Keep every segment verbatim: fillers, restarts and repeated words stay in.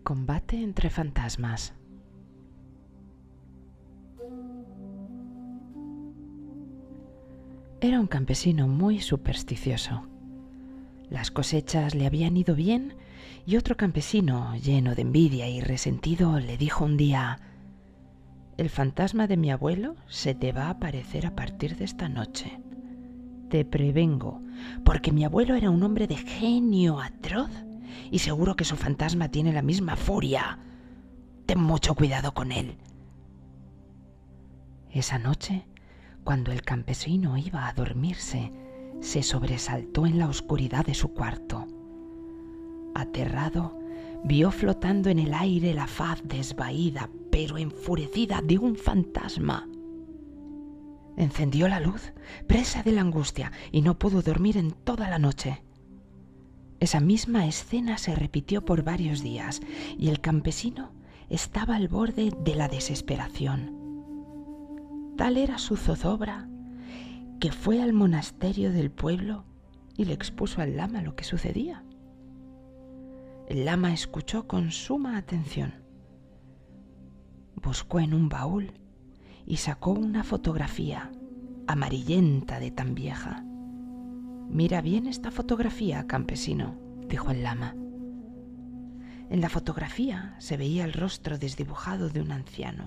Combate entre fantasmas. Era un campesino muy supersticioso. Las cosechas le habían ido bien y otro campesino, lleno de envidia y resentido, le dijo un día: «El fantasma de mi abuelo se te va a aparecer a partir de esta noche. Te prevengo, porque mi abuelo era un hombre de genio atroz y seguro que su fantasma tiene la misma furia. Ten mucho cuidado con él». Esa noche, cuando el campesino iba a dormirse, se sobresaltó en la oscuridad de su cuarto. Aterrado, vio flotando en el aire la faz desvaída pero enfurecida de un fantasma. Encendió la luz, presa de la angustia, y no pudo dormir en toda la noche. Esa misma escena se repitió por varios días y el campesino estaba al borde de la desesperación. Tal era su zozobra que fue al monasterio del pueblo y le expuso al lama lo que sucedía. El lama escuchó con suma atención. Buscó en un baúl y sacó una fotografía amarillenta de tan vieja. «Mira bien esta fotografía, campesino», dijo el lama. En la fotografía se veía el rostro desdibujado de un anciano.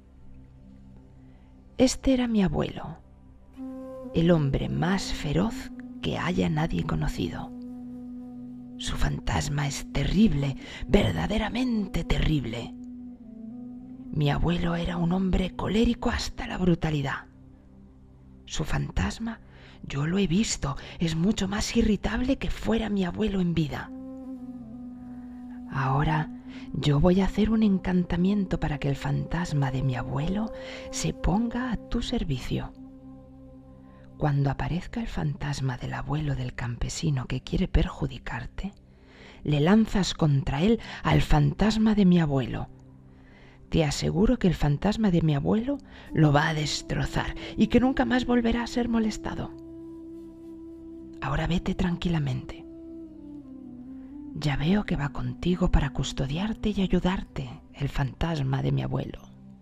Este era mi abuelo, el hombre más feroz que haya nadie conocido. Su fantasma es terrible, verdaderamente terrible. Mi abuelo era un hombre colérico hasta la brutalidad. Su fantasma, yo lo he visto, es mucho más irritable que fuera mi abuelo en vida. Ahora yo voy a hacer un encantamiento para que el fantasma de mi abuelo se ponga a tu servicio. Cuando aparezca el fantasma del abuelo del campesino que quiere perjudicarte, le lanzas contra él al fantasma de mi abuelo. Te aseguro que el fantasma de mi abuelo lo va a destrozar y que nunca más volverá a ser molestado. Ahora vete tranquilamente. Ya veo que va contigo para custodiarte y ayudarte el fantasma de mi abuelo».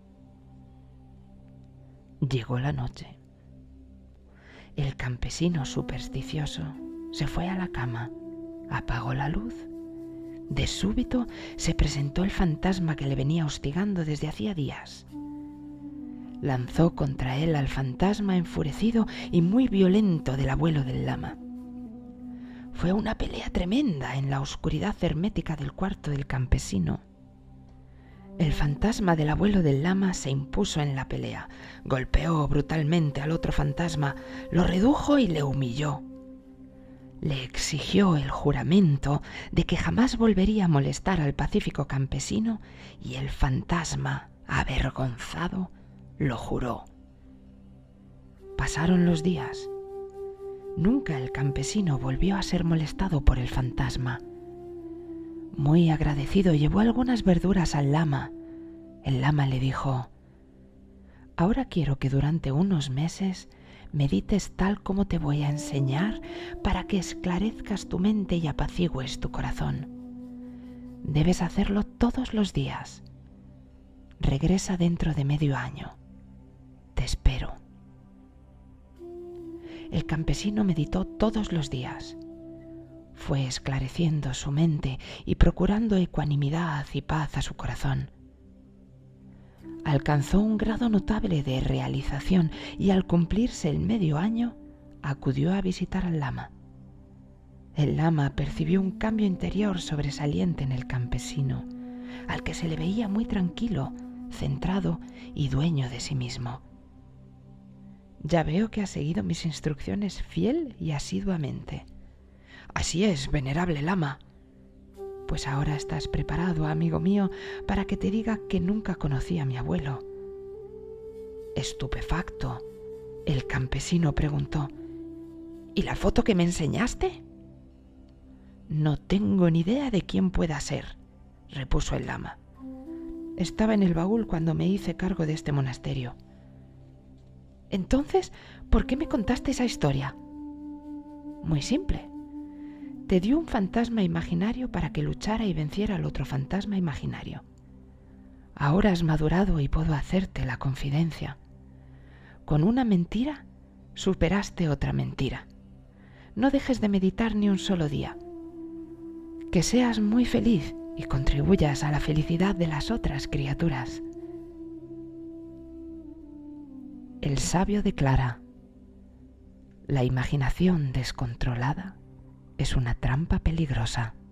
Llegó la noche. El campesino supersticioso se fue a la cama, apagó la luz. De súbito se presentó el fantasma que le venía hostigando desde hacía días. Lanzó contra él al fantasma enfurecido y muy violento del abuelo del lama. Fue una pelea tremenda en la oscuridad hermética del cuarto del campesino. El fantasma del abuelo del lama se impuso en la pelea, golpeó brutalmente al otro fantasma, lo redujo y le humilló. Le exigió el juramento de que jamás volvería a molestar al pacífico campesino y el fantasma, avergonzado, lo juró. Pasaron los días. Nunca el campesino volvió a ser molestado por el fantasma. Muy agradecido llevó algunas verduras al lama. El lama le dijo: «Ahora quiero que durante unos meses medites tal como te voy a enseñar para que esclarezcas tu mente y apacigües tu corazón. Debes hacerlo todos los días. Regresa dentro de medio año. Te espero». El campesino meditó todos los días. Fue esclareciendo su mente y procurando ecuanimidad y paz a su corazón. Alcanzó un grado notable de realización y al cumplirse el medio año acudió a visitar al lama. El lama percibió un cambio interior sobresaliente en el campesino, al que se le veía muy tranquilo, centrado y dueño de sí mismo. «Ya veo que has seguido mis instrucciones fiel y asiduamente». «Así es, venerable lama». «Pues ahora estás preparado, amigo mío, para que te diga que nunca conocí a mi abuelo». Estupefacto, el campesino preguntó: «¿Y la foto que me enseñaste?» «No tengo ni idea de quién pueda ser», repuso el lama. «Estaba en el baúl cuando me hice cargo de este monasterio». «Entonces, ¿por qué me contaste esa historia?» «Muy simple. te dio un fantasma imaginario para que luchara y venciera al otro fantasma imaginario. Ahora has madurado y puedo hacerte la confidencia. Con una mentira superaste otra mentira. No dejes de meditar ni un solo día. Que seas muy feliz y contribuyas a la felicidad de las otras criaturas. El sabio declara: la imaginación descontrolada es una trampa peligrosa.